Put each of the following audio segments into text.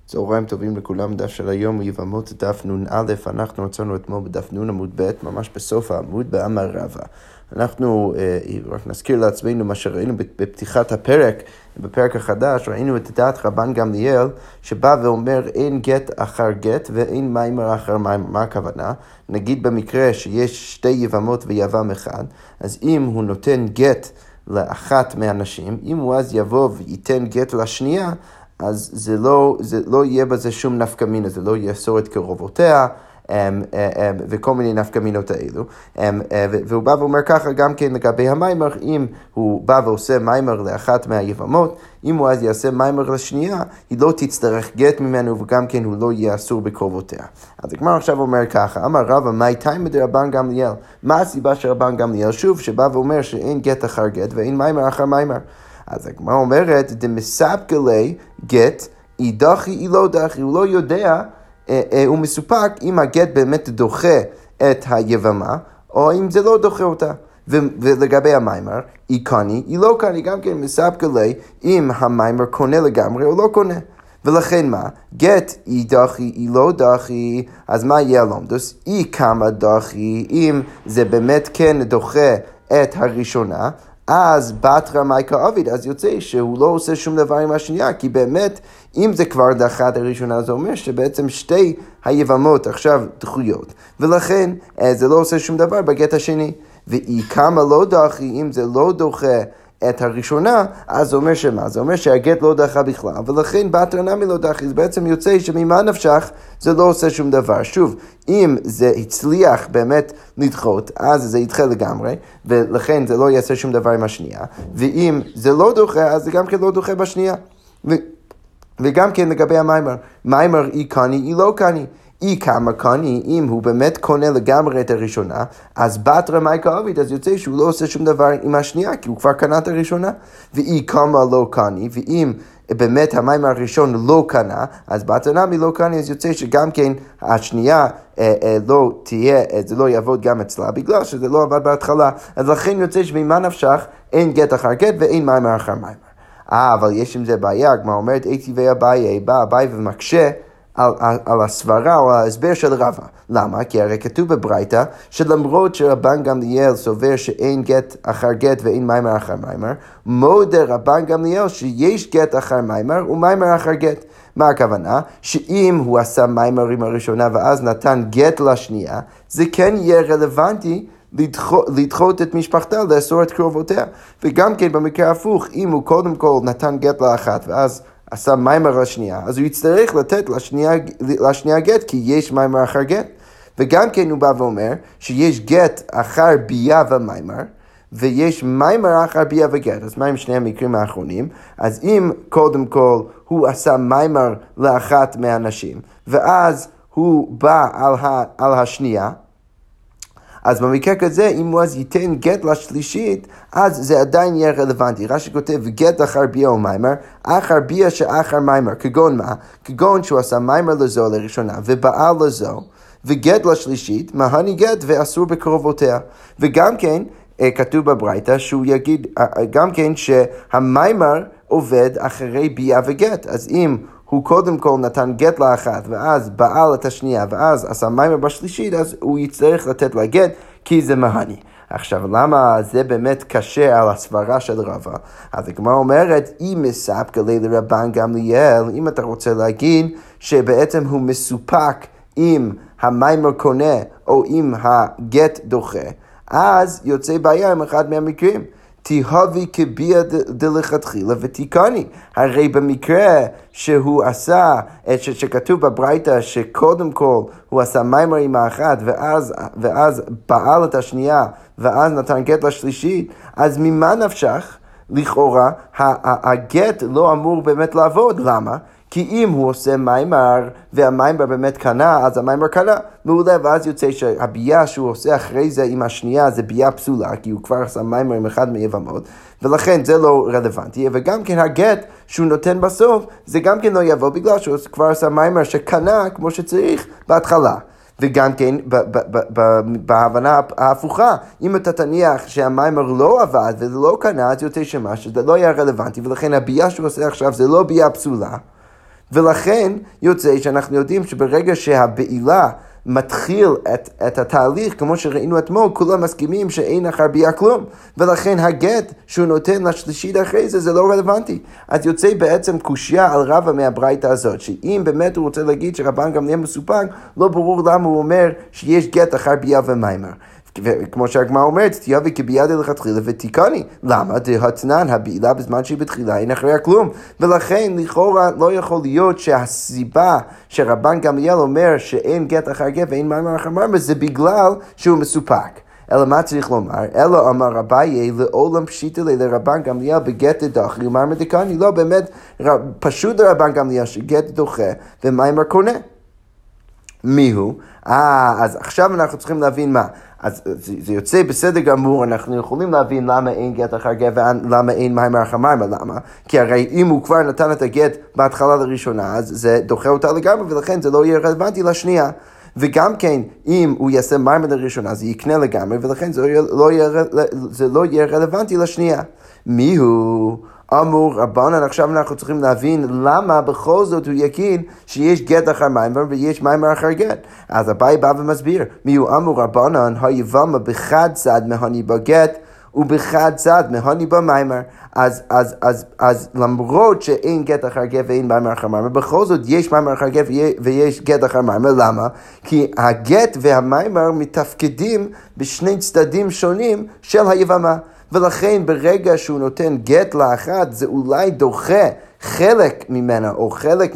צהריים טובים לכולם, דף של היום יבמות דף נ"א, אנחנו רצינו אתמול בדף נ' עמוד ב', ממש בסוף העמוד, באמר רבא. אנחנו רק נזכיר לעצמנו מה שראינו בפתיחת הפרק, בפרק החדש, ראינו את דעת רבן גמליאל, שבא ואומר אין גט אחר גט ואין מיימר אחר מיימר. מה הכוונה? נגיד במקרה שיש שתי יבמות ויבם אחד, אז אם הוא נותן גט לאחת מהנשים, אם הוא אז יבוא וייתן גט לשנייה, אז זה לא יהיה בזה שום נפקא מינה, זה לא יאסור את קרובותיה, וכל מיני נפקא מינות האלו. והוא בא ואומר ככה גם כן לגבי המיימר, אם הוא בא ועושה מיימר לאחת מהיבמות, אם הוא אז יעשה מיימר לשנייה, היא לא תצטרך גט ממנו, וגם כן הוא לא יהיה אסור בקרובותיה. אז הגמרא עכשיו אומר ככה, אמר רבא, מאי תימא דרבן גמליאל? מה הסיבה של רבן גמליאל? שוב, שבא ואומר שאין גט אחר גט ואין מיימר אחר מיימר. אז הגמרא אומרת, דמספקלי גט, אידחי אילו דחי, הוא לא יודע, הוא מסופק אם הגט באמת דוחה את היבמה, או אם זה לא דוחה אותה. ולגבי המיימר, היא קני, היא לא קני, גם כן מספקלי, אם המיימר קונה לגמרי או לא קונה. ולכן מה? גט אידחי אילו דחי, אז מה יהיה לומדוס? אי כמה דחי, אם זה באמת כן דוחה את הראשונה, אז בתרא מאי כעביד, אז יוצא שהוא לא עושה שום דבר עם השנייה, כי באמת, אם זה כבר דחה את הראשונה, זה אומר שבעצם שתי היבמות עכשיו דחויות, ולכן זה לא עושה שום דבר בגט השני. ואי כמה לא דחי, אם זה לא דוחה את הראשונה, אז זה אומר שמה? זה אומר שהגט לא דחה בכלל, ולכן בתרא נמי לא דחי, זה בעצם יוצא שממה נפשך זה לא עושה שום דבר. שוב, אם זה הצליח באמת לדחות, אז זה ידחה לגמרי, ולכן זה לא יעשה שום דבר עם השנייה, ואם זה לא דוחה, אז זה גם כן לא דוחה בשנייה. וגם כן לגבי המיימר, מיימר אי קני, אי לא קני. אי כמה קני, אם הוא באמת קונה לגמרי את הראשונה, אז בתרא מאי כעביד, אז יוצא שהוא לא עושה שום דבר עם השנייה, כי הוא כבר קנה את הראשונה. ואי כמה לא קני, ואם באמת המיימר הראשון לא קנה, אז בתרא נמי לא קני, אז יוצא שגם כן השנייה לא תהיה, זה לא יעבוד גם אצלה, בגלל שזה לא עבד בהתחלה. אז לכן יוצא שממה נפשך אין גט אחר גט ואין מיימר אחר מיימר. אבל יש עם זה בעיה, הגמרא אומרת, איתי ואביי, בא אביי ומקשה על הסברה או ההסבר של רבא. למה? כי הרי כתוב בברייתא שלמרות שרבן גמליאל סובר שאין גט אחר גט ואין מיימר אחר מיימר, מודה רבן גמליאל שיש גט אחר מיימר ומיימר אחר גט. מה הכוונה? שאם הוא עשה מיימר עם הראשונה ואז נתן גט לשנייה, זה כן יהיה רלוונטי לדחות את משפחתה, לאסור את קרובותיה. וגם כן במקרה הפוך, אם הוא קודם כל נתן גט לאחת ואז עשה מיימר לשנייה, אז הוא יצטרך לתת לשנייה גט, כי יש מיימר אחר גט. וגם כן הוא בא ואומר שיש גט אחר ביה ומיימר, ויש מיימר אחר ביה וגט. אז מה עם שני המקרים האחרונים? אז אם קודם כל הוא עשה מיימר לאחת מהנשים, ואז הוא בא על השנייה, אז במקרה כזה, אם הוא אז ייתן גט לשלישית, אז זה עדיין יהיה רלוונטי. רש"י כותב, גט אחר ביה או מיימר, אחר ביה שאחר מיימר. כגון מה? כגון שהוא עשה מיימר לזו לראשונה, ובעל לזו, וגט לשלישית, מהני גט ואסור בקרובותיה. וגם כן, כתוב בברייתא, שהוא יגיד, גם כן שהמיימר עובד אחרי ביה וגט. אז אם הוא קודם כל נתן גט לאחת, ואז בעל את השנייה, ואז עשה מיימר בשלישית, אז הוא יצטרך לתת לה גט, כי זה מהני. עכשיו, למה זה באמת קשה על הסברה של רבא? אז הגמרא אומרת, אם מספקלי לרבן גמליאל, אם אתה רוצה להגיד שבעצם הוא מסופק אם המיימר קונה, או אם הגט דוחה, אז יוצא בעיה עם אחד מהמקרים. תהווי כביה דלכתחילה ותיקני. הרי במקרה שהוא עשה, שכתוב בברייתא שקודם כל הוא עשה מיימר עם האחת ואז פעל את השנייה ואז נתן גט לשלישית, אז ממה נפשך? לכאורה הגט לא אמור באמת לעבוד. למה? כי אם הוא עושה מיימר והמיימר באמת קנה, אז המיימר קנה. מעולה, ואז יוצא שהבייה שהוא עושה אחרי זה עם השנייה זה בייה פסולה, כי הוא כבר עשה מיימר עם אחד מיבמות, ולכן זה לא רלוונטי. וגם כן הגט שהוא נותן בסוף, זה גם כן לא יבוא, בגלל שהוא כבר עשה מיימר שקנה כמו שצריך בהתחלה. וגם כן בהבנה ההפוכה, אם אתה תניח שהמיימר לא עבד וזה לא קנה, אז יוצא שזה לא היה רלוונטי, ולכן הבייה שהוא עושה עכשיו זה לא בייה פסולה, ולכן יוצא שאנחנו יודעים שברגע שהבעילה מתחיל את התהליך, כמו שראינו אתמול, כולם מסכימים שאין אחר ביאה כלום, ולכן הגט שהוא נותן לשלישית אחרי זה לא רלוונטי. אז יוצא בעצם קושיה על רבא מהברייתא הזאת, שאם באמת הוא רוצה להגיד שרבן גמליאל מסופק, לא ברור למה הוא אומר שיש גט אחר ביאה ומיימר. וכמו שהגמרא אומרת, תיאבי כביאה דלכתחילה ותיקני. למה? דהתנן הבעילה בזמן שהיא בתחילה אין אחריה כלום. ולכן לכאורה לא יכול להיות שהסיבה שרבן גמליאל אומר שאין גט אחר גט ואין מיימר אחר מיימר זה בגלל שהוא מסופק. אלא מה צריך לומר? אלא אמר אביי לעולם פשיטא לרבן גמליאל בגט דחי ומיימר דקני. לא, באמת פשוט לרבן גמליאל שגט דוחה ומיימר קונה. מיהו? אז עכשיו אנחנו צריכים להבין מה. אז זה יוצא בסדר גמור, אנחנו יכולים להבין למה אין גט אחר גט ולמה אין מיימר אחר מיימר. למה? כי הרי אם הוא כבר נתן את הגט בהתחלה לראשונה, אז זה דוחה אותה לגמרי, ולכן זה לא יהיה רלוונטי לשנייה. וגם כן, אם הוא יעשה מיימר לראשונה, זה יקנה לגמרי, ולכן זה לא יהיה רלוונטי לשנייה. מיהו? אמור רבנן, עכשיו אנחנו צריכים להבין למה בכל זאת הוא יגיד שיש גט אחר מיימר ויש מיימר אחר גט. אז אביי בא ומסביר, מיהו אמור רבנן, היבמה בחד צד מהני בגט ובחד צד מהני במיימר. אז למרות שאין גט אחר גט ואין מיימר אחר מיימר, בכל זאת יש מיימר אחר גט ויש גט אחר מיימר. למה? כי הגט והמיימר מתפקדים בשני צדדים שונים של היבמה. ולכן ברגע שהוא נותן גט לאחת, זה אולי דוחה חלק ממנה, או חלק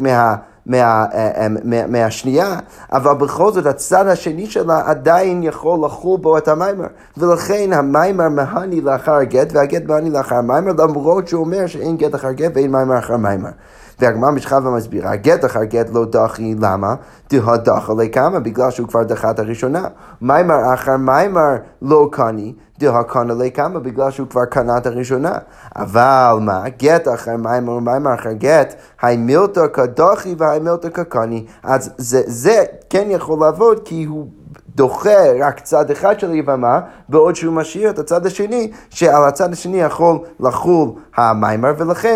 מהשנייה, אבל בכל זאת הצד השני שלה עדיין יכול לחול בו את המיימר. ולכן המיימר מהני לאחר הגט, והגט מהני לאחר המיימר, למרות שהוא אומר שאין גט אחר גט ואין מיימר אחר מיימר. והגמרא משכב ומסבירה, הגט אחר גט לא דחי, למה? דהדחה לכמה, בגלל שהוא כבר דחה את הראשונה. מיימר אחר מיימר לא קני, דהקנה לכמה, בגלל שהוא כבר קנה את הראשונה. אבל מה? גט אחר מיימר ומיימר אחר גט, היי מילתא כדחי והי מילתא כקני. אז זה כן יכול לעבוד, כי הוא דוחה רק צד אחד של היבמה, בעוד שהוא משאיר את הצד השני, שעל הצד השני יכול לחול המיימר,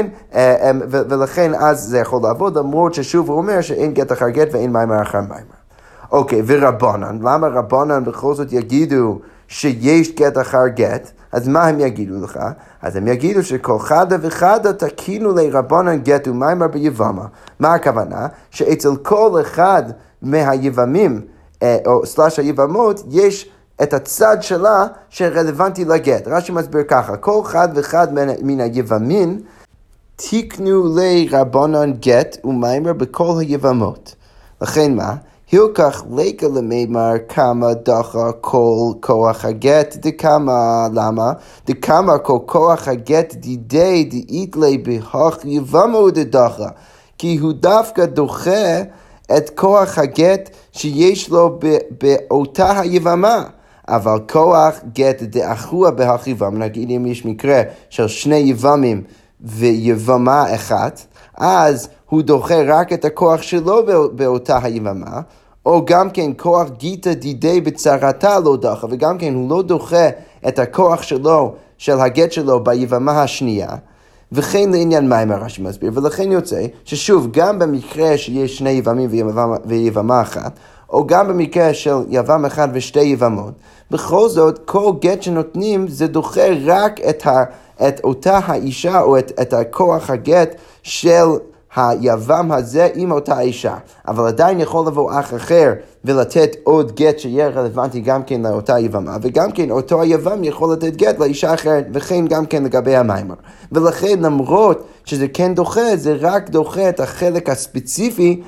ולכן אז זה יכול לעבוד, למרות ששוב הוא אומר שאין גט אחר גט ואין מיימר אחר מיימר. אוקיי, ורבנן, למה רבנן בכל זאת יגידו שיש גט אחר גט? אז מה הם יגידו לך? אז הם יגידו שכל חדה וחדה תקינו לרבנן גט ומיימר ביבמה. מה הכוונה? שאצל כל אחד מהיבמים, או סלש היבמות, יש את הצד שלה שרלוונטי לגט. רש"י מסביר ככה, כל אחד ואחד מן היבמים תיקנו לרבנן גט ומיימר בכל היבמות. לכן מה? הילקח ליקה למימר כמה דחה כל כוח הגט דכמה. למה? דכמה כל כוח הגט דידי דאית לי בהך יבמו דדחה. כי הוא דווקא דוחה את כוח הגט שיש לו באותה היבמה. אבל כוח גט דאחוה בהך יבם, נגיד אם יש מקרה של שני יבמים ויבמה אחת, אז הוא דוחה רק את הכוח שלו באותה היבמה, או גם כן כוח גיטה דידי בצרתה לא דחה, וגם כן הוא לא דוחה את הכוח שלו, של הגט שלו ביבמה השנייה, וכן לעניין מיימר רש"י מסביר. ולכן יוצא ששוב, גם במקרה שיש שני יבמים ויבמה אחת, או גם במקרה של יבם אחד ושתי יבמות, בכל זאת כל גט שנותנים זה דוחה רק את אותה האישה, או את הכוח הגט של היבם הזה עם אותה אישה. אבל עדיין יכול לבוא אח אחר ולתת עוד גט שיהיה רלוונטי גם כן לאותה יבמה, וגם כן אותו היבם יכול לתת גט לאישה אחרת, וכן גם כן לגבי המיימר. ולכן למרות שזה כן דוחה, זה רק דוחה את החלק הספציפי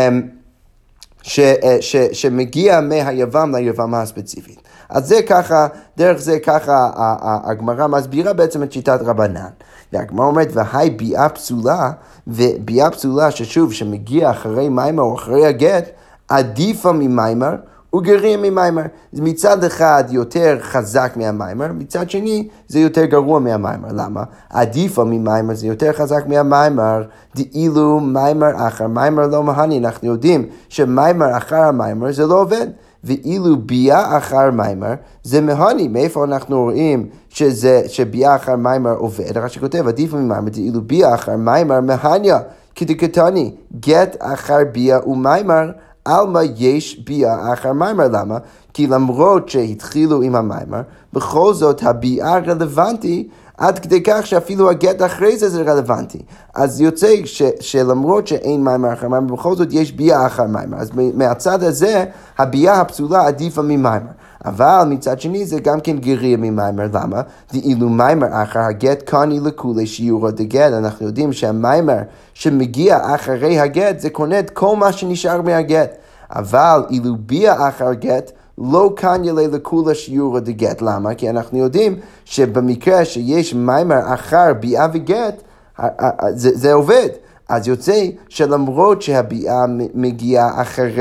שמגיע מהיבם ליבמה הספציפית. אז זה ככה, דרך זה ככה הגמרא מסבירה בעצם את שיטת רבנן. והגמרא אומרת, והי ביאה פסולה, וביאה פסולה ששוב, שמגיע אחרי מיימר או אחרי הגט, עדיפה ממיימר וגרוע ממיימר. זה מצד אחד יותר חזק מהמיימר, מצד שני זה יותר גרוע מהמיימר. למה? עדיפה ממיימר זה יותר חזק מהמיימר, דאילו מיימר אחר מיימר לא מהני. אנחנו יודעים שמיימר אחר המיימר זה לא עובד. ואילו ביאה אחר מיימר זה מהני. מאיפה אנחנו רואים שביאה אחר מיימר עובד? רש"י כותב, עדיף ממיימר, דאילו ביאה אחר מיימר מהניה. כדקתני, גט אחר ביה ומיימר, עלמא יש ביה אחר מיימר. למה? כי למרות שהתחילו עם המיימר, בכל זאת הביאה רלוונטי, עד כדי כך שאפילו הגט אחרי זה רלוונטי. אז יוצא שלמרות שאין מיימר אחר מיימר, בכל זאת יש ביאה אחר מיימר. אז מהצד הזה, הביאה הפסולה עדיפה ממיימר. אבל מצד שני זה גם כן גרוע ממיימר. למה? דאילו מיימר אחר הגט קוני לכולי שיעורו דגט. אנחנו יודעים שהמיימר שמגיע אחרי הגט, זה קונה את כל מה שנשאר מהגט. אבל אילו ביאה אחר גט, לא כאן ילה לכולה שיעורו דגט. למה? כי אנחנו יודעים שבמקרה שיש מיימר אחר ביאה וגט, זה עובד. אז יוצא שלמרות שהביאה מגיעה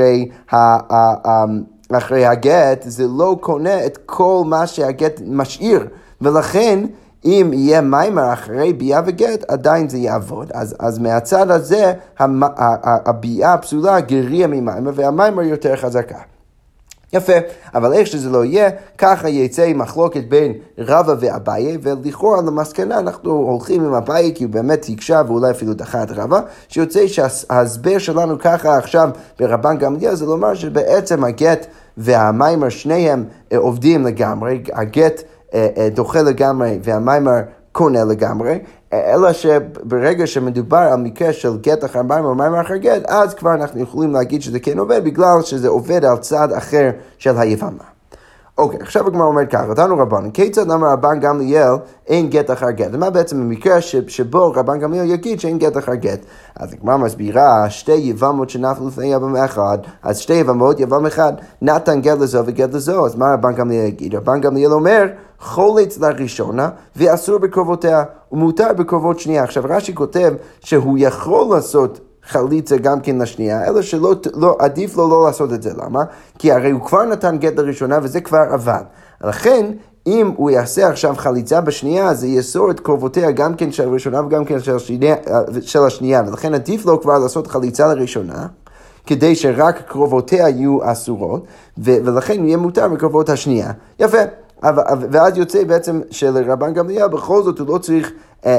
אחרי הגט, זה לא קונה את כל מה שהגט משאיר. ולכן, אם יהיה מיימר אחרי ביאה וגט, עדיין זה יעבוד. אז מהצד הזה, הביאה הפסולה גרוע ממיימר, והמיימר יותר חזקה. יפה, אבל איך שזה לא יהיה, ככה יצא מחלוקת בין רבא ואביי, ולכאורה למסקנה אנחנו הולכים עם אביי, כי הוא באמת הקשה ואולי אפילו דחה את רבא, שיוצא שההסבר שלנו ככה עכשיו ברבן גמליאל, זה לומר שבעצם הגט והמיימר שניהם עובדים לגמרי, הגט דוחה לגמרי והמיימר קונה לגמרי, אלא שברגע שמדובר על מקרה של גט אחר מיימר או מיימר אחר גט, אז כבר אנחנו יכולים להגיד שזה כן עובד, בגלל שזה עובד על צד אחר של היבמה. אוקיי, עכשיו הגמרא אומרת ככה, אותנו רבן, כיצד אמר רבן גמליאל אין גט אחר גט? מה בעצם המקרה שבו רבן גמליאל יגיד שאין גט אחר גט? אז הגמרא מסבירה, שתי יבמות שנפלו לפני יבמה אחד, אז שתי יבמות, יבם אחד, נתן גט לזו וגט לזו, אז מה רבן גמליאל יגיד? רבן גמליאל אומר, חולץ לראשונה ואסור בקרובותיה, ומותר בקרובות שנייה. עכשיו רש"י כותב שהוא יכול לעשות חליצה גם כן לשנייה, אלא עדיף לו לא לעשות את זה. למה? כי הרי הוא כבר נתן גט לראשונה וזה כבר עבד. לכן, אם הוא יעשה עכשיו חליצה בשנייה, זה יאסור את קרובותיה גם כן של הראשונה וגם כן של השנייה. ולכן עדיף לו כבר לעשות חליצה לראשונה, כדי שרק קרובותיה יהיו אסורות, ולכן יהיה מותר בקרובות השנייה. יפה. ואז יוצא בעצם שלרבן גמליאל בכל זאת הוא לא צריך,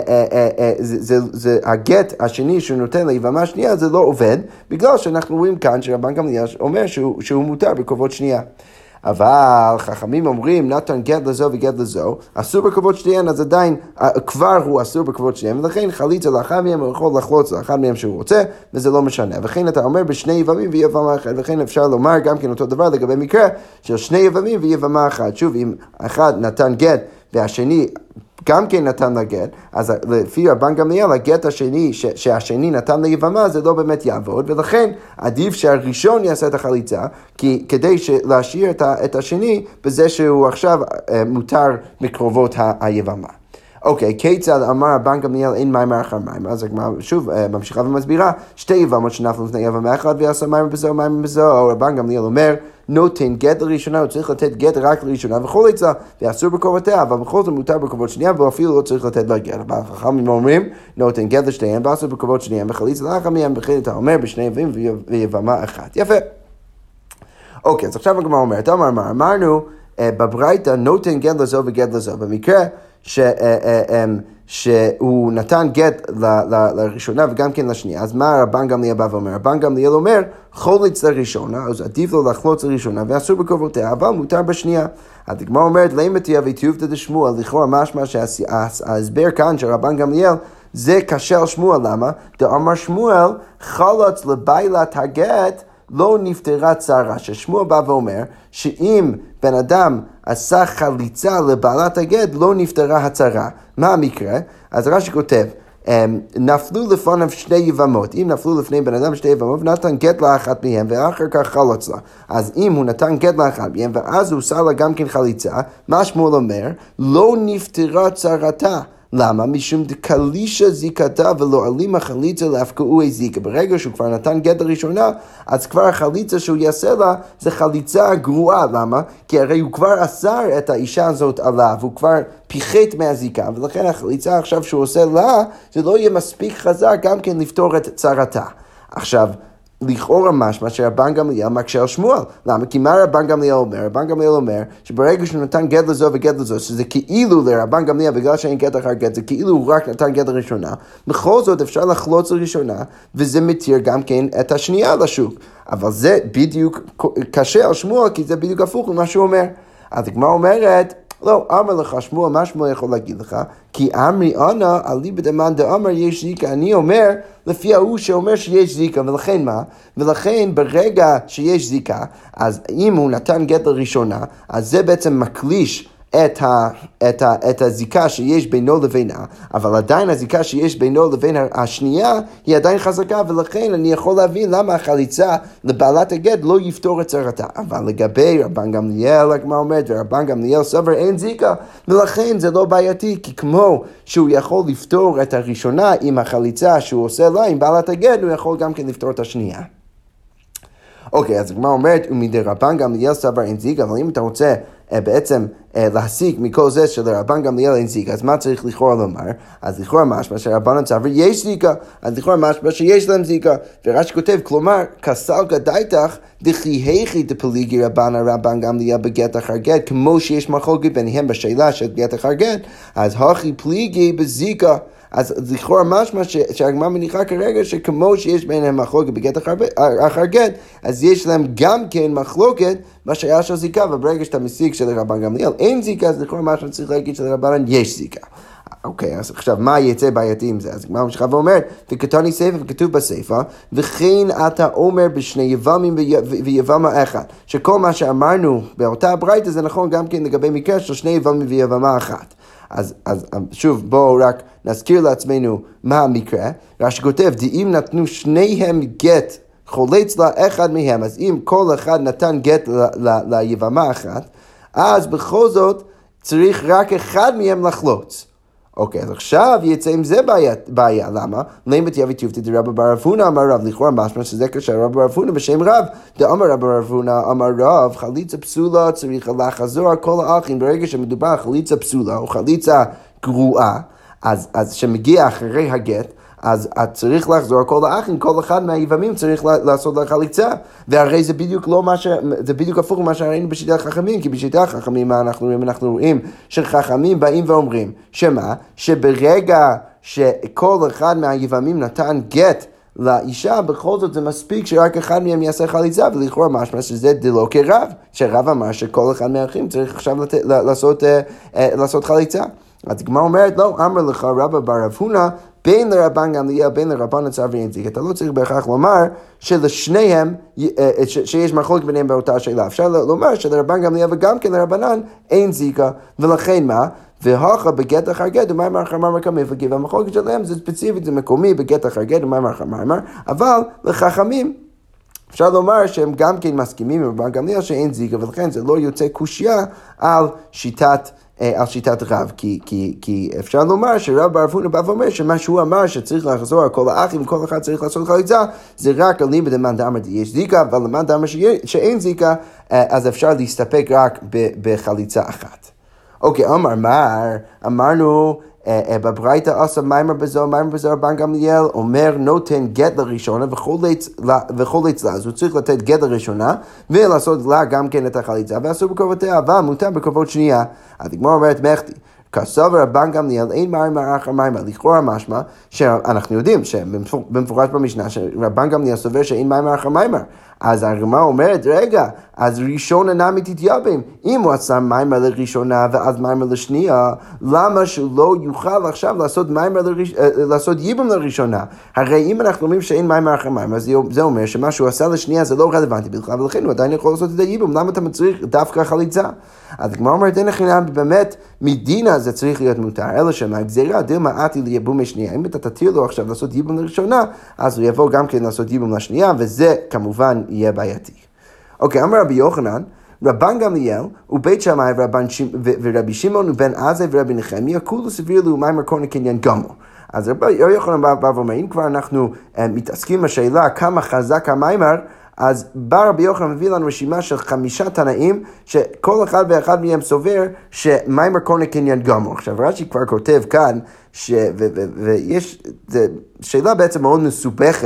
זה הגט השני שהוא נותן ליבמה השנייה, זה לא עובד, בגלל שאנחנו רואים כאן שרבן גמליאל אומר שהוא מותר בקרובות שנייה. אבל חכמים אומרים, נתן גט לזו וגט לזו, אסור בקרובות שניהם, אז עדיין כבר הוא אסור בקרובות שניהם, ולכן חליצה לאחד מהם, הוא יכול לחלוץ לאחד מהם שהוא רוצה, וזה לא משנה. וכן אתה אומר בשני יבמים ויבמה אחת, וכן אפשר לומר גם כן אותו דבר לגבי מקרה של שני יבמים ויבמה אחת. שוב, אם אחד נתן גט והשני גם כן נתן לגט, אז לפי רבן גמליאל, הגט השני, שהשני נתן ליבמה, זה לא באמת יעבוד, ולכן עדיף שהראשון יעשה את החליצה, כדי להשאיר את השני בזה שהוא עכשיו מותר מקרובות היבמה. אוקיי, כיצד אמר רבן גמליאל אין מיימר אחר מיימר? אז שוב ממשיכה ומסבירה, שתי יבמות שנפלו לפני יבמה אחד ועשה מיימר בזו ומיימר בזו. רבן גמליאל אומר, נותן גט לראשונה, הוא צריך לתת גט רק לראשונה וכל עצה, ואסור בקרובותיה, אבל בכל זאת מותר בקרובות שנייה, ואפילו לא צריך לתת לה גט. אבל חכמים אומרים, נותן גט לשניהם, ואסור בקרובות שניהם, וחליצה לאחד מהם, וכן אתה אומר בשני יבמים ויבמה אחת. יפה. אוקיי, אז עכשיו הגמרא אומרת, אמרנו בברייתא נותן גט לזו וגט לזו, במקרה שהוא נתן גט לראשונה וגם כן לשנייה, אז מה רבן גמליאל בא ואומר? רבן גמליאל אומר, חולץ לראשונה, אז עדיף לו לחלוץ לראשונה, ואסור בקרובותיה, אבל מותר בשנייה. הדגמרא אומרת, למה תהיה ויטיובתא דשמואל, לכאורה משמע שההסבר כאן של רבן גמליאל, זה קשה על שמואל. למה? דאמר שמואל, חלץ לבעילת הגט, לא נפטרה צרה. ששמואל בא ואומר, שאם בן אדם עשה חליצה לבעלת הגט, לא נפטרה הצרה. מה המקרה? אז רש"י כותב, נפלו לפניו שני יבמות. אם נפלו לפני בן אדם שתי יבמות, ונתן גט לאחת מהם, ואחר כך חלץ לה. אז אם הוא נתן גט לאחת מהם, ואז הוא עשה לה גם כן חליצה, מה שמואל אומר? לא נפטרה צרתה. למה? משום דקלישה זיקתה ולא עלימה חליצה להפקעוי זיקה. ברגע שהוא כבר נתן גט הראשונה, אז כבר החליצה שהוא יעשה לה זה חליצה גרועה. למה? כי הרי הוא כבר אסר את האישה הזאת עליו, הוא כבר פיחת מהזיקה, ולכן החליצה עכשיו שהוא עושה לה, זה לא יהיה מספיק חזק גם כן לפתור את צרתה. עכשיו, לכאורה משמע שרבן גמליאל מקשה על שמואל. למה? כי מה רבן גמליאל אומר? רבן גמליאל אומר שברגע שהוא נתן גט לזו וגט לזו, שזה כאילו לרבן גמליאל, בגלל שאין גט אחר גט, זה כאילו הוא רק נתן גט לראשונה, בכל זאת אפשר לחלוץ לראשונה, וזה מתיר גם כן את השנייה לשוק. אבל זה בדיוק קשה על שמואל, כי זה בדיוק הפוך ממה שהוא אומר. אז הגמרא אומרת, לא, אמר לך שמואל, מה שמואל יכול להגיד לך? כי אמרי אנא, אליבא דמאן דאמר יש זיקה, אני אומר, לפי ההוא שאומר שיש זיקה, ולכן מה? ולכן ברגע שיש זיקה, אז אם הוא נתן גט לראשונה, אז זה בעצם מקליש את הזיקה שיש בינו לבינה, אבל עדיין הזיקה שיש בינו לבין השנייה היא עדיין חזקה, ולכן אני יכול להבין למה החליצה לבעלת הגט לא יפתור את צרתה. אבל לגבי רבן גמליאל, הגמרא אומרת, ורבן גמליאל סבר אין זיקה, ולכן זה לא בעייתי, כי כמו שהוא יכול לפתור את הראשונה עם החליצה שהוא עושה לה עם בעלת הגט, הוא יכול גם כן לפתור את השנייה. אוקיי, אז הגמרא אומרת, ומדי רבן גמליאל סבר אין זיקה, אבל אם אתה רוצה בעצם להסיק מכל זה שלרבן גמליאל אין זיקה, אז מה צריך לכאורה לומר? אז לכאורה משמע שרבן סבר יש זיקה, אז לכאורה משמע שיש להם זיקה, ורש"י כותב, כלומר, כסלקא דייתך דכי היכי דפליגי רבן גמליאל בגט אחר גט, כמו שיש מחלוקת ביניהם בשאלה של גט אחר גט, אז הכי פליגי בזיקה. אז לכאורה משמע שהגמרא מניחה כרגע שכמו שיש ביניהם מחלוקת בגט אחר גט, אז יש להם גם כן מחלוקת בשאלה של זיקה, וברגע שאתה מסיק שלרבן גמליאל אין זיקה, אז לכאורה משמע צריך להגיד שלרבנן יש זיקה. אוקיי, אז עכשיו מה יצא בעייתי עם זה? אז הגמרא ממשיכה ואומרת, וכתני ספר וכתוב בספר, וכן אתה אומר בשני יבמים ויבמה אחד, שכל מה שאמרנו באותה הברייתא זה נכון גם כן לגבי מקרה של שני יבמים ויבמה אחת. אז שוב, בואו רק נזכיר לעצמנו מה המקרה. רש"י כותב, אם נתנו שניהם גט חולץ לה אחד מהם, אז אם כל אחד נתן גט ליבמה אחת, אז בכל זאת צריך רק אחד מהם לחלוץ. אוקיי, אז עכשיו יצא עם זה בעיה. למה? למה תיאבי תיובתי דרבא בר רב הונא אמר רב, לכאורה משמע שזה כאשר רבא בר רב הונא בשם רב, דאמר רבא בר רב הונא אמר רב, חליצה פסולה צריך לחזור כל האחים, ברגע שמדובר על חליצה פסולה או חליצה גרועה, אז שמגיע אחרי הגט, אז צריך לחזור כל האחים, כל אחד מהיבמים צריך לעשות לחליצה, והרי זה בדיוק זה בדיוק הפוך ממה שראינו בשיטת החכמים, כי בשיטת החכמים מה אנחנו רואים שחכמים באים ואומרים, שמה? שברגע שכל אחד מהיבמים נתן גט לאישה, בכל זאת זה מספיק שרק אחד מהם יעשה חליצה, ולכאורה משמע שזה דלא כרב, שרב אמר שכל אחד מהאחים צריך עכשיו לעשות חליצה. אז הגמרא אומרת, לא, אמר לך רבא בר רב הונא, בין לרבן גמליאל, בין לרבן סבר אין זיקה. אתה לא צריך בהכרח לומר שלשניהם, שיש מחלוקת ביניהם באותה שאלה. אפשר לומר שלרבן גמליאל וגם כן לרבנן אין זיקה. ולכן מה? והכה בגט אחר גט, ומה אמר אחר מאמר כמי וגיב. המחלוקת שלהם זה ספציפית, זה מקומי בגט אחר גט, ומה אמר אחר מאמר. אבל לחכמים, אפשר לומר שהם גם כן מסכימים עם רבן גמליאל שאין זיקה, ולכן זה לא יוצא קושיה על שיטת רב, כי אפשר לומר שרב בר רב הונא בא ואומר שמה שהוא אמר שצריך לחזור על כל האחים, כל אחד צריך לעשות חליצה, זה רק על לימד למאן דאמר יש זיקה, אבל למאן דאמר שאין זיקה, אז אפשר להסתפק רק בחליצה אחת. אוקיי, אמרנו בברייתא עשה מיימר בזו רבן גמליאל אומר נותן גט לראשונה וחולץ לה, אז הוא צריך לתת גט לראשונה ולעשות לה גם כן את החליצה, ואסור בקרובותיה, אבל מותר בקרבות שנייה. אז הגמרא אומרת מחתי, כסבר רבן גמליאל אין מיימר אחר מיימר, לכאורה משמע שאנחנו יודעים שבמפורש במשנה שרבן גמליאל סובר שאין מיימר אחר מיימר, אז הגמרא אומרת, רגע, אז ראשונה נמי תתייבם, אם הוא עשה מיימר לראשונה ואז מיימר לשנייה, למה שלא יוכל עכשיו לעשות ייבום לראשונה? הרי אם אנחנו אומרים שאין מיימר אחר מיימר, זה אומר שמה שהוא עשה לשנייה זה לא רלוונטי בכלל, ולכן הוא עדיין יכול לעשות את הייבום, למה אתה מצריך דווקא חליצה? אז הגמרא אומרת, אין לכם באמת מדינה זה צריך להיות מותר, אלא שמהגזירה דילמה עתי לייבום השנייה, אם אתה תתיר לו עכשיו לעשות ייבום לראשונה, אז הוא יבוא גם כן לעשות ייבום לשנייה, וזה כמובן יהיה בעייתי. אוקיי, אמר רבי יוחנן, רבן גמליאל ובית שמאי ורבי שמעון ובן עזאי ורבי נחמיה, כולו סביר לו מיימר קורא קניין גמור. אז רבי יוחנן בא ואומר, אם כבר אנחנו מתעסקים בשאלה כמה חזק המיימר, אז בא רבי יוחנן מביא לנו רשימה של 5 תנאים, שכל אחד ואחד מהם סובר שמיימר קורא קניין גמור. עכשיו רש"י כבר כותב כאן, ויש שאלה בעצם מאוד מסובכת,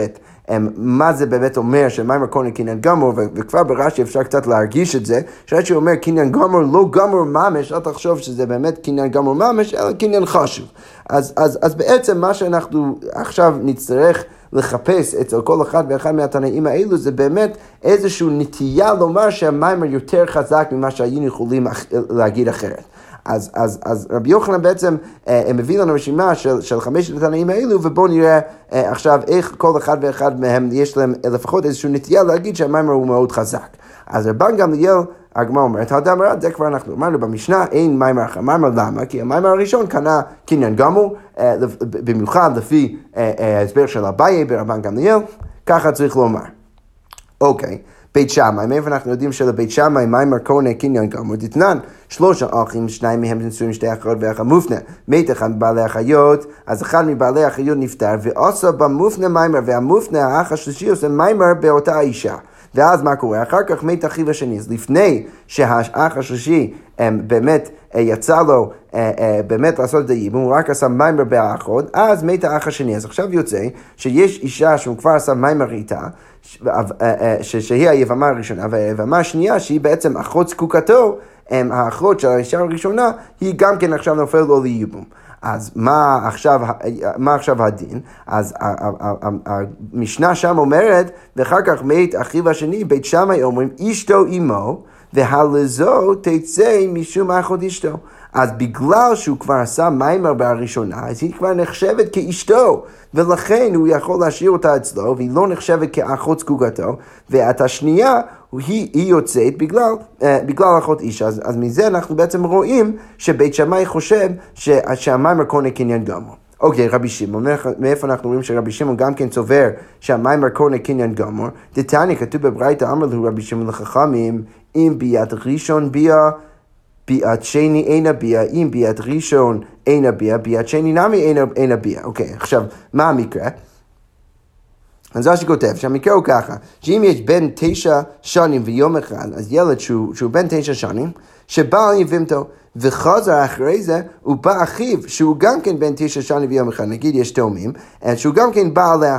מה זה באמת אומר שמיימר קונה קניין גמור, וכבר ברש"י אפשר קצת להרגיש את זה, שרש"י אומר קניין גמור לא גמור ממש, אל תחשוב שזה באמת קניין גמור ממש, אלא קניין חשוב. אז בעצם מה שאנחנו עכשיו נצטרך לחפש אצל כל אחד ואחד מהתנאים האלו, זה באמת איזושהי נטייה לומר שהמיימר יותר חזק ממה שהיינו יכולים להגיד אחרת. אז רבי יוחנן בעצם מביא לנו רשימה של 5 התנאים האלו, ובואו נראה עכשיו איך כל אחד ואחד מהם יש להם לפחות איזושהי נטייה להגיד שהמיימר הוא מאוד חזק. אז רבן גמליאל, הגמרא אומרת, הדאמר, זה כבר אנחנו אמרנו במשנה, אין מיימר אחר מיימר, למה? כי המיימר הראשון קנה קניין גמור, במיוחד לפי ההסבר של אביי ברבן גמליאל, ככה צריך לומר. אוקיי. בית שמאי, מאיפה אנחנו יודעים שלבית שמאי מיימר קונה קניין גמור דתנן, 3 אחים, 2 מהם נשואים 2 אחיות ואח מופנה, מת אחד מבעלי החיות, אז אחד מבעלי החיות נפטר, ועושה במופנה מיימר, והמופנה האח השלישי עושה מיימר באותה האישה. ואז מה קורה? אחר כך מת אחיו השני, אז לפני שהאח השלישי באמת יצא לו באמת לעשות את הייבום, הוא רק עשה מיימר באחות, אז מת האח השני. אז עכשיו יוצא שיש אישה שהוא כבר עשה מיימר איתה, שהיא היבמה הראשונה, והיבמה השנייה שהיא בעצם אחות זקוקתו, האחות של האישה הראשונה, היא גם כן עכשיו נופל לו לייבום. אז מה עכשיו הדין? אז המשנה שם אומרת, ואחר כך מת אחיו השני, בית שמאי אומרים, אשתו אמו, והלזו תצא משום אחות אשתו. אז בגלל שהוא כבר עשה מיימר בראשונה, אז היא כבר נחשבת כאשתו, ולכן הוא יכול להשאיר אותה אצלו, והיא לא נחשבת כאחות זקוקתו, ואת השנייה היא יוצאת בגלל אחות אישה. אז מזה אנחנו בעצם רואים שבית שמאי חושב שהמיימר קונה קניין גמור. אוקיי, רבי שמעון, מאיפה אנחנו רואים שרבי שמעון גם כן צובר שהמיימר קונה קניין גמור? דתניא, כתוב בברייתא, אמר לו רבי שמעון לחכמים, אם ביאת ראשון ביה, ביאת שני אינה ביה, אם ביאת ראשון אינה ביה, ביאת שני נמי אינה ביה. אוקיי, עכשיו, מה המקרה? אז זה שכותב, שהמקרה הוא ככה, שאם יש בן 9 שנים ויום אחד, אז ילד שהוא בן 9 שנים, שבא על יבימתו, וחזר אחרי זה, הוא בא אחיו, שהוא גם כן בן 9 שנים ויום אחד, נגיד יש תאומים, שהוא גם כן בא עליה.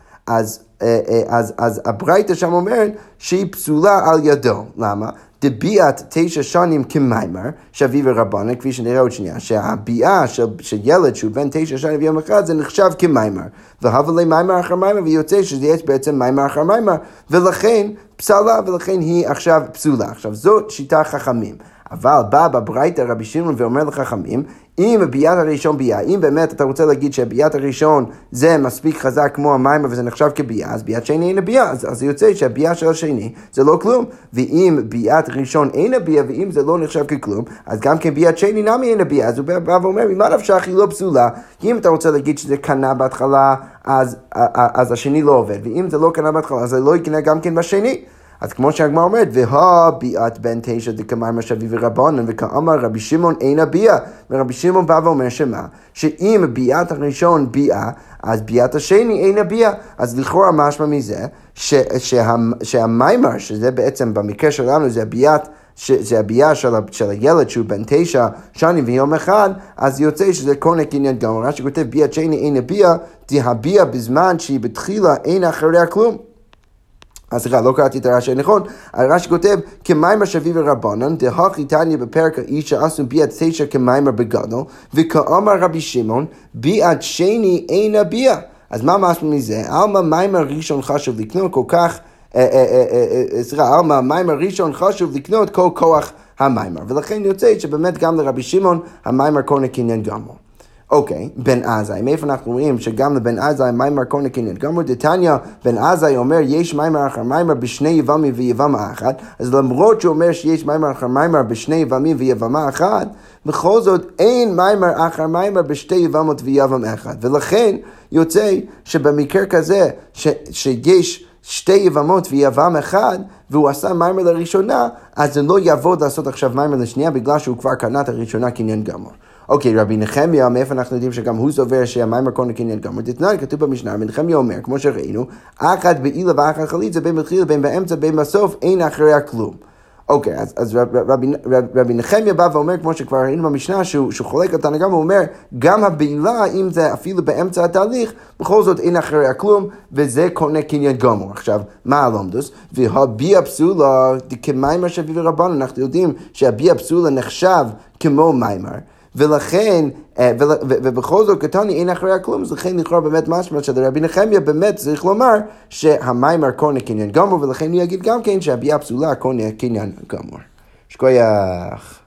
אז הברייתא שם אומרת שהיא פסולה על ידו. למה? דביעת 9 שנים כמיימר, שאביו ורבנן, כפי שנראה עוד שנייה, שהביעה של ילד שהוא בן 9 שנים ויום אחד, זה נחשב כמיימר. והבא לי מיימר אחר מיימר, ויוצא שזה יש בעצם מיימר אחר מיימר, ולכן פסלה, ולכן היא עכשיו פסולה. עכשיו, זאת שיטה חכמים. אבל בא בברייתא רבי שמעון ואומר לחכמים, אם ביאת הראשון ביאה, אם באמת אתה רוצה להגיד שביאת הראשון זה מספיק חזק כמו המיימר וזה נחשב כביאה, אז ביאת שני אין הביאה, אז זה יוצא שהביאה של השני זה לא כלום, ואם ביאת ראשון אין הביאה, ואם זה לא נחשב ככלום, אז גם כן ביאת שני נמי אין הביאה, אז הוא בא ואומר, ממה נפשך היא לא פסולה, כי אם אתה רוצה להגיד שזה קנה בהתחלה, אז השני לא עובד, ואם זה לא קנה בהתחלה, אז זה לא יקנה גם כן בשני. אז כמו שהגמרא אומרת, והביאת בן 9 דקמיימר שאביו ורבנן, וכאמר רבי שמעון אין הביאה, ורבי שמעון בא ואומר שמה? שאם ביאת הראשון ביאה, אז ביאת השני אין הביאה. אז לכאורה משמע מזה, שהמיימר, שזה בעצם במקרה שלנו, זה הביאה של הילד שהוא בן 9 שנים ויום אחד, אז יוצא שזה קונה קניין גמור. רש"י כותב ביאת שני אין הביאה, תהביאה בזמן שהיא בתחילה אין אחריה כלום. אז סליחה, לא קראתי את הרש"י הנכון, הרש"י כותב, כמיימר שאביו ורבנן, דהכי תניא בפרק האיש שעשו ביאת 9 כמיימר בגדול, וכאמר רבי שמעון, ביאת שני אין הביאה. אז מה משמע מזה? עלמא מיימר ראשון חשוב לקנות כל כך, עלמא מיימר ראשון חשוב לקנות כל כוח המיימר, ולכן יוצא שבאמת גם לרבי שמעון המיימר קונה קניין גמור. אוקיי, בן עזאי, מאיפה אנחנו רואים שגם לבן עזאי מיימר קונה קניין גמור? דתניא, בן עזאי אומר יש מיימר אחר מיימר בשני יבמים ויבמה אחת, אז למרות שהוא אומר שיש מיימר אחר מיימר בשני יבמים ויבמה אחת, בכל זאת אין מיימר אחר מיימר בשתי יבמות ויבם אחד, ולכן יוצא שבמקרה כזה שיש 2 יבמות ויבם אחד, והוא עשה מיימר לראשונה, אז זה לא יעבוד לעשות עכשיו מיימר לשנייה, בגלל שהוא כבר קנה את הראשונה קניין גמור. אוקיי, רבי נחמיה, מאיפה אנחנו יודעים שגם הוא סובר שהמיימר קונה קניין גמור? דתניא, כתוב במשנה, רבי נחמיה אומר, כמו שראינו, אחת בעילה ואחת חליצה, בין בתחילה, בין באמצע, בין בסוף, אין אחריה כלום. אוקיי, אז רבי נחמיה בא ואומר, כמו שכבר ראינו במשנה, שהוא חולק על תנא קמא, הוא אומר, גם הבעילה, אם זה אפילו באמצע התהליך, בכל זאת אין אחריה כלום, וזה קונה קניין גמור. עכשיו, מה הלומדוס? והביע פסולה, כמיימר שביבי רבנו, אנחנו יודעים שהביע פסולה נחשב כמו מיימר, ולכן, ובכל זאת קטני אין אחריה כלום, אז לכן לכאורה באמת משמע שלרבי נחמיה באמת צריך לומר שהמיימר קונה קניין גמור, ולכן הוא יגיד גם כן שהביעה פסולה קונה קניין גמור. שכוייך.